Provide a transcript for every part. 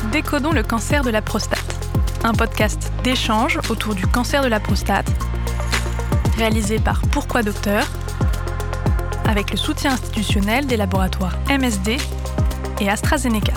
Décodons le cancer de la prostate, un podcast d'échange autour du cancer de la prostate, réalisé par Pourquoi Docteur, avec le soutien institutionnel des laboratoires MSD et AstraZeneca.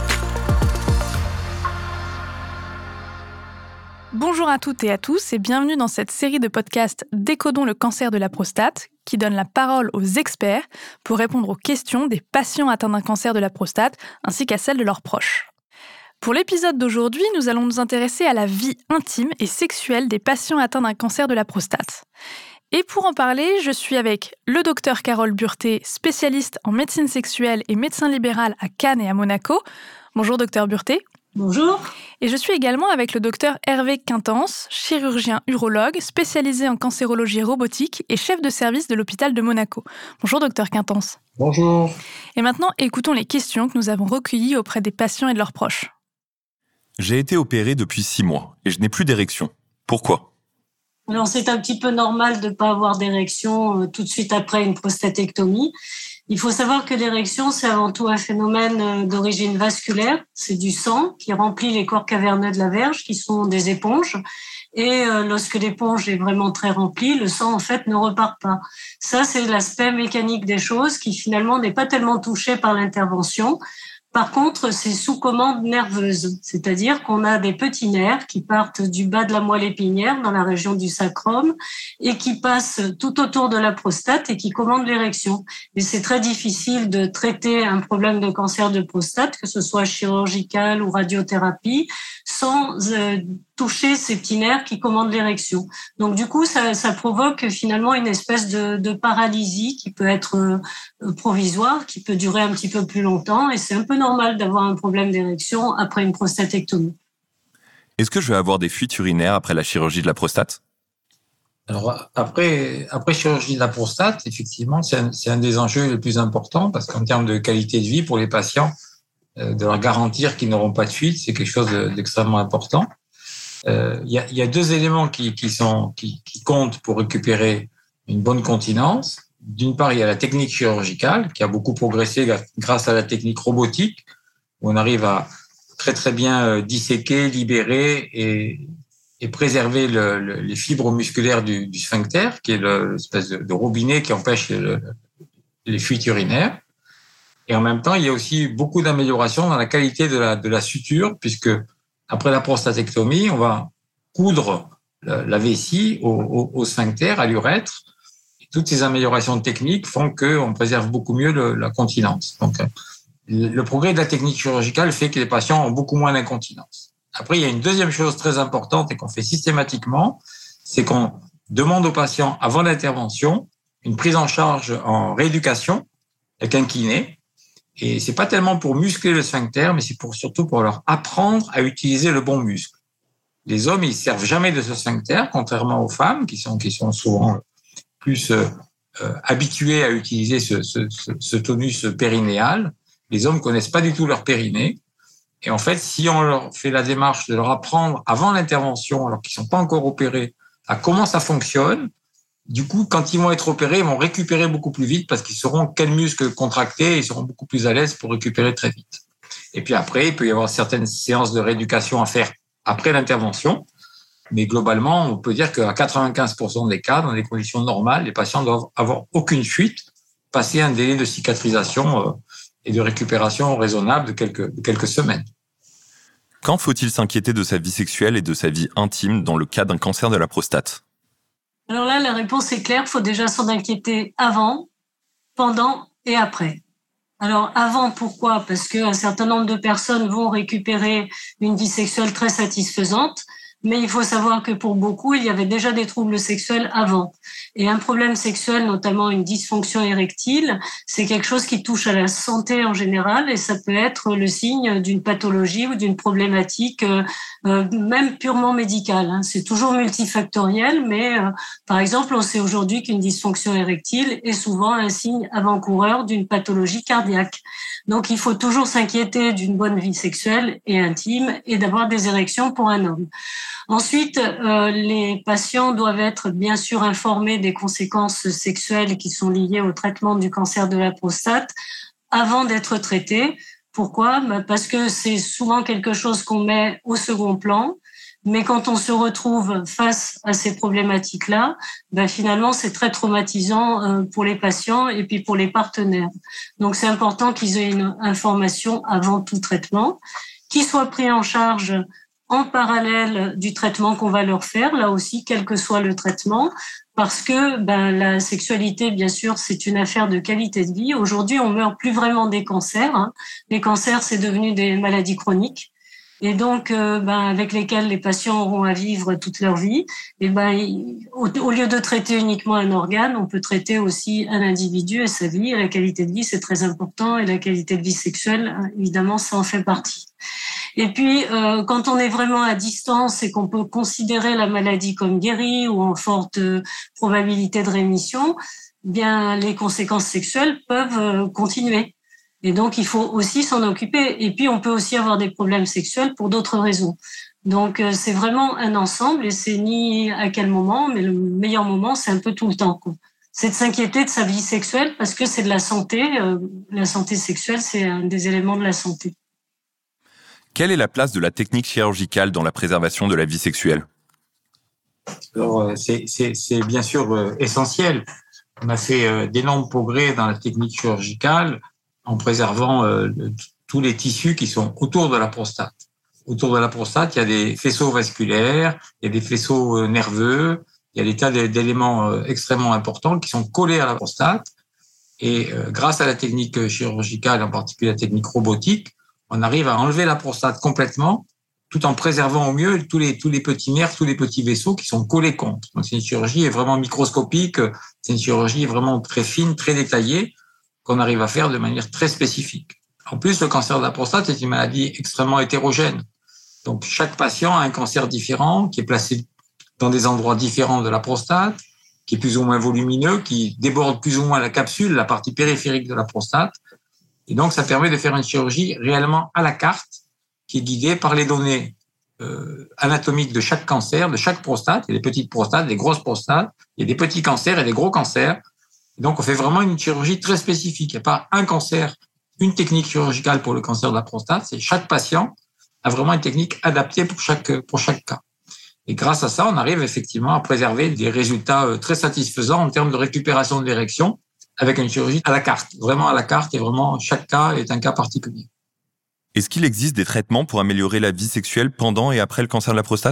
Bonjour à toutes et à tous et bienvenue dans cette série de podcasts Décodons le cancer de la prostate qui donne la parole aux experts pour répondre aux questions des patients atteints d'un cancer de la prostate ainsi qu'à celles de leurs proches. Pour l'épisode d'aujourd'hui, nous allons nous intéresser à la vie intime et sexuelle des patients atteints d'un cancer de la prostate. Et pour en parler, je suis avec le docteur Carole Burté, spécialiste en médecine sexuelle et médecin libéral à Cannes et à Monaco. Bonjour docteur Burté. Bonjour. Et je suis également avec le docteur Hervé Quintence, chirurgien urologue, spécialisé en cancérologie robotique et chef de service de l'hôpital de Monaco. Bonjour docteur Quintence. Bonjour. Et maintenant, écoutons les questions que nous avons recueillies auprès des patients et de leurs proches. J'ai été opéré depuis 6 mois et je n'ai plus d'érection. Pourquoi ? Alors c'est un petit peu normal de ne pas avoir d'érection tout de suite après une prostatectomie. Il faut savoir que l'érection, c'est avant tout un phénomène d'origine vasculaire. C'est du sang qui remplit les corps caverneux de la verge, qui sont des éponges. Et lorsque l'éponge est vraiment très remplie, le sang, en fait, ne repart pas. Ça, c'est l'aspect mécanique des choses qui, finalement, n'est pas tellement touché par l'intervention. Par contre, c'est sous commande nerveuse, c'est-à-dire qu'on a des petits nerfs qui partent du bas de la moelle épinière dans la région du sacrum et qui passent tout autour de la prostate et qui commandent l'érection. Et c'est très difficile de traiter un problème de cancer de prostate, que ce soit chirurgical ou radiothérapie, sans toucher ces petits nerfs qui commandent l'érection. Donc du coup, ça provoque finalement une espèce de paralysie qui peut être provisoire, qui peut durer un petit peu plus longtemps, et c'est un peu normal d'avoir un problème d'érection après une prostatectomie. Est-ce que je vais avoir des fuites urinaires après la chirurgie de la prostate ? Alors après chirurgie de la prostate, effectivement, c'est un des enjeux les plus importants parce qu'en termes de qualité de vie pour les patients, de leur garantir qu'ils n'auront pas de fuite, c'est quelque chose d'extrêmement important. Il y a deux éléments qui comptent pour récupérer une bonne continence. D'une part, il y a la technique chirurgicale qui a beaucoup progressé grâce à la technique robotique, où on arrive à très très bien disséquer, libérer et préserver les fibres musculaires du sphincter, qui est l'espèce de robinet qui empêche les fuites urinaires. Et en même temps, il y a aussi beaucoup d'améliorations dans la qualité de la suture, puisque après la prostatectomie, on va coudre la vessie au sphincter, à l'urètre. Et toutes ces améliorations techniques font qu'on préserve beaucoup mieux la continence. Donc, le progrès de la technique chirurgicale fait que les patients ont beaucoup moins d'incontinence. Après, il y a une deuxième chose très importante et qu'on fait systématiquement, c'est qu'on demande aux patients, avant l'intervention, une prise en charge en rééducation avec un kiné. Et c'est pas tellement pour muscler le sphincter, mais c'est surtout pour leur apprendre à utiliser le bon muscle. Les hommes, ils servent jamais de ce sphincter, contrairement aux femmes qui sont souvent plus habitués à utiliser ce tonus périnéal. Les hommes connaissent pas du tout leur périnée. Et en fait, si on leur fait la démarche de leur apprendre avant l'intervention, alors qu'ils sont pas encore opérés, à comment ça fonctionne, du coup, quand ils vont être opérés, ils vont récupérer beaucoup plus vite parce qu'ils sauront quels muscles contracter et ils seront beaucoup plus à l'aise pour récupérer très vite. Et puis après, il peut y avoir certaines séances de rééducation à faire après l'intervention. Mais globalement, on peut dire qu'à 95% des cas, dans des conditions normales, les patients doivent avoir aucune fuite, passer un délai de cicatrisation et de récupération raisonnable de quelques semaines. Quand faut-il s'inquiéter de sa vie sexuelle et de sa vie intime dans le cas d'un cancer de la prostate ? Alors là, la réponse est claire. Il faut déjà s'en inquiéter avant, pendant et après. Alors avant, pourquoi ? Parce qu'un certain nombre de personnes vont récupérer une vie sexuelle très satisfaisante. Mais il faut savoir que pour beaucoup, il y avait déjà des troubles sexuels avant. Et un problème sexuel, notamment une dysfonction érectile, c'est quelque chose qui touche à la santé en général et ça peut être le signe d'une pathologie ou d'une problématique même purement médicale. C'est toujours multifactoriel, mais par exemple, on sait aujourd'hui qu'une dysfonction érectile est souvent un signe avant-coureur d'une pathologie cardiaque. Donc, il faut toujours s'inquiéter d'une bonne vie sexuelle et intime et d'avoir des érections pour un homme. Ensuite, les patients doivent être bien sûr informés des conséquences sexuelles qui sont liées au traitement du cancer de la prostate avant d'être traités. Pourquoi ? Parce que c'est souvent quelque chose qu'on met au second plan. Mais quand on se retrouve face à ces problématiques-là, finalement, c'est très traumatisant pour les patients et puis pour les partenaires. Donc, c'est important qu'ils aient une information avant tout traitement, qu'ils soient pris en charge en parallèle du traitement qu'on va leur faire, là aussi, quel que soit le traitement, parce que la sexualité, bien sûr, c'est une affaire de qualité de vie. Aujourd'hui, on meurt plus vraiment des cancers. Hein. Les cancers, c'est devenu des maladies chroniques. Et donc, avec lesquels les patients auront à vivre toute leur vie. Et au lieu de traiter uniquement un organe, on peut traiter aussi un individu et sa vie. Et la qualité de vie, c'est très important. Et la qualité de vie sexuelle, évidemment, ça en fait partie. Et puis, quand on est vraiment à distance et qu'on peut considérer la maladie comme guérie ou en forte probabilité de rémission, bien, les conséquences sexuelles peuvent continuer. Et donc, il faut aussi s'en occuper. Et puis, on peut aussi avoir des problèmes sexuels pour d'autres raisons. Donc, c'est vraiment un ensemble et c'est ni à quel moment, mais le meilleur moment, c'est un peu tout le temps, quoi. C'est de s'inquiéter de sa vie sexuelle parce que c'est de la santé. La santé sexuelle, c'est un des éléments de la santé. Quelle est la place de la technique chirurgicale dans la préservation de la vie sexuelle ? Alors, c'est bien sûr essentiel. On a fait d'énormes progrès dans la technique chirurgicale en préservant tous les tissus qui sont autour de la prostate. Autour de la prostate, il y a des faisceaux vasculaires, il y a des faisceaux nerveux, il y a des tas d'éléments extrêmement importants qui sont collés à la prostate. Et grâce à la technique chirurgicale, en particulier la technique robotique, on arrive à enlever la prostate complètement, tout en préservant au mieux tous les petits nerfs, tous les petits vaisseaux qui sont collés contre. Donc c'est une chirurgie vraiment microscopique, c'est une chirurgie vraiment très fine, très détaillée, qu'on arrive à faire de manière très spécifique. En plus, le cancer de la prostate est une maladie extrêmement hétérogène. Donc chaque patient a un cancer différent, qui est placé dans des endroits différents de la prostate, qui est plus ou moins volumineux, qui déborde plus ou moins la capsule, la partie périphérique de la prostate. Et donc, ça permet de faire une chirurgie réellement à la carte, qui est guidée par les données anatomiques de chaque cancer, de chaque prostate. Il y a des petites prostates, des grosses prostates, il y a des petits cancers et des gros cancers. Et donc, on fait vraiment une chirurgie très spécifique. Il n'y a pas un cancer, une technique chirurgicale pour le cancer de la prostate. C'est chaque patient a vraiment une technique adaptée pour chaque cas. Et grâce à ça, on arrive effectivement à préserver des résultats très satisfaisants en termes de récupération de l'érection, avec une chirurgie à la carte, vraiment à la carte, et vraiment chaque cas est un cas particulier. Est-ce qu'il existe des traitements pour améliorer la vie sexuelle pendant et après le cancer de la prostate ?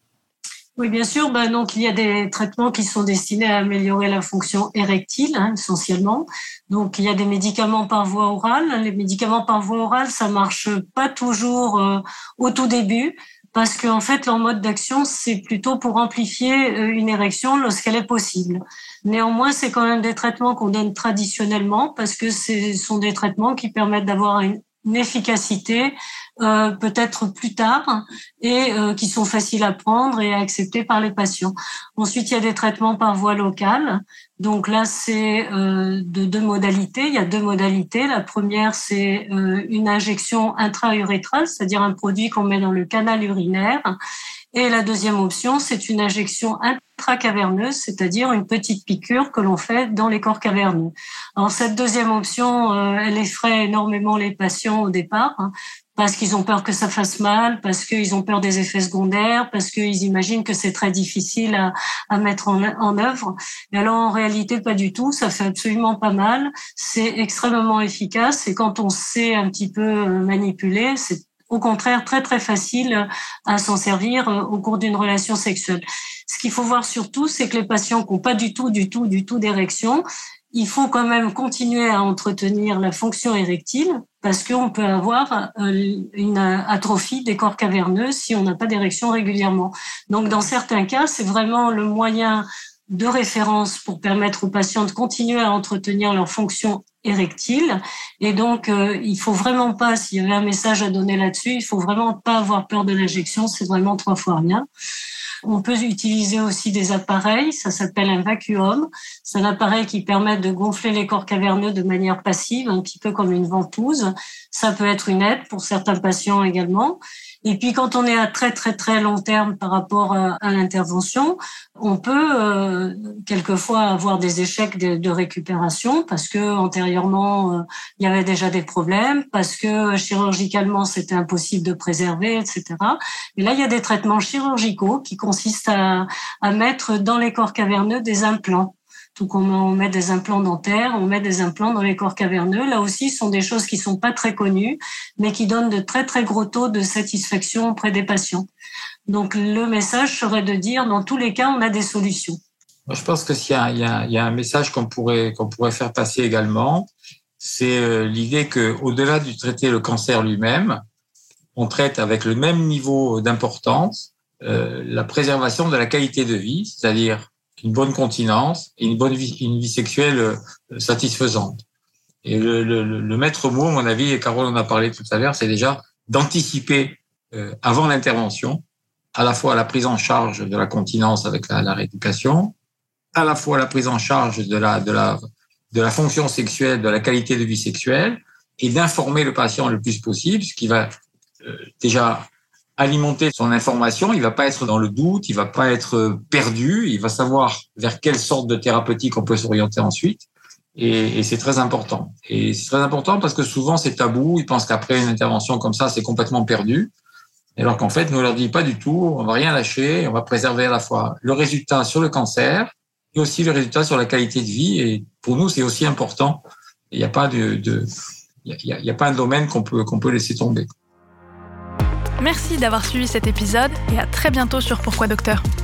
Oui, bien sûr. Donc, il y a des traitements qui sont destinés à améliorer la fonction érectile, essentiellement. Donc, il y a des médicaments par voie orale. Les médicaments par voie orale, ça marche pas toujours au tout début, parce qu'en fait, leur mode d'action, c'est plutôt pour amplifier une érection lorsqu'elle est possible. Néanmoins, c'est quand même des traitements qu'on donne traditionnellement parce que ce sont des traitements qui permettent d'avoir une efficacité peut-être plus tard et qui sont faciles à prendre et à accepter par les patients. Ensuite, il y a des traitements par voie locale. Donc là, c'est de deux modalités. Il y a deux modalités. La première, c'est une injection intra-urétrale, c'est-à-dire un produit qu'on met dans le canal urinaire. Et la deuxième option, c'est une injection intracaverneuse, c'est-à-dire une petite piqûre que l'on fait dans les corps caverneux. Alors cette deuxième option, elle effraie énormément les patients au départ, parce qu'ils ont peur que ça fasse mal, parce qu'ils ont peur des effets secondaires, parce qu'ils imaginent que c'est très difficile à mettre en œuvre. Et alors en réalité, pas du tout, ça fait absolument pas mal, c'est extrêmement efficace et quand on sait un petit peu manipuler, c'est au contraire très très facile à s'en servir au cours d'une relation sexuelle. Ce qu'il faut voir surtout, c'est que les patients qui n'ont pas du tout d'érection, il faut quand même continuer à entretenir la fonction érectile parce qu'on peut avoir une atrophie des corps caverneux si on n'a pas d'érection régulièrement. Donc dans certains cas, c'est vraiment le moyen de référence pour permettre aux patients de continuer à entretenir leur fonction érectile. Et donc, il faut vraiment pas, s'il y avait un message à donner là-dessus, il faut vraiment pas avoir peur de l'injection, c'est vraiment 3 fois rien. On peut utiliser aussi des appareils, ça s'appelle un vacuum. C'est un appareil qui permet de gonfler les corps caverneux de manière passive, un petit peu comme une ventouse. Ça peut être une aide pour certains patients également. Et puis, quand on est à très, très, très long terme par rapport à l'intervention, on peut quelquefois avoir des échecs de récupération parce que antérieurement, il y avait déjà des problèmes, parce que chirurgicalement, c'était impossible de préserver, etc. Et là, il y a des traitements chirurgicaux qui consistent à mettre dans les corps caverneux des implants. Tout comme on met des implants dentaires, on met des implants dans les corps caverneux. Là aussi, ce sont des choses qui sont pas très connues, mais qui donnent de très, très gros taux de satisfaction auprès des patients. Donc, le message serait de dire, dans tous les cas, on a des solutions. Moi, je pense que s'il y a un message qu'on pourrait faire passer également, c'est l'idée que, au-delà de traiter le cancer lui-même, on traite avec le même niveau d'importance la préservation de la qualité de vie, c'est-à-dire une bonne continence et une vie sexuelle satisfaisante. Et le maître mot, à mon avis, et Carole en a parlé tout à l'heure, c'est déjà d'anticiper avant l'intervention, à la fois la prise en charge de la continence avec la rééducation, à la fois la prise en charge de la fonction sexuelle, de la qualité de vie sexuelle, et d'informer le patient le plus possible, ce qui va déjà alimenter son information, il va pas être dans le doute, il va pas être perdu, il va savoir vers quelle sorte de thérapeutique on peut s'orienter ensuite. Et c'est très important. Et c'est très important parce que souvent c'est tabou, ils pensent qu'après une intervention comme ça, c'est complètement perdu. Alors qu'en fait, nous on leur dit pas du tout, on va rien lâcher, on va préserver à la fois le résultat sur le cancer et aussi le résultat sur la qualité de vie. Et pour nous, c'est aussi important. Il n'y a pas il y a pas un domaine qu'on peut laisser tomber. Merci d'avoir suivi cet épisode et à très bientôt sur Pourquoi Docteur.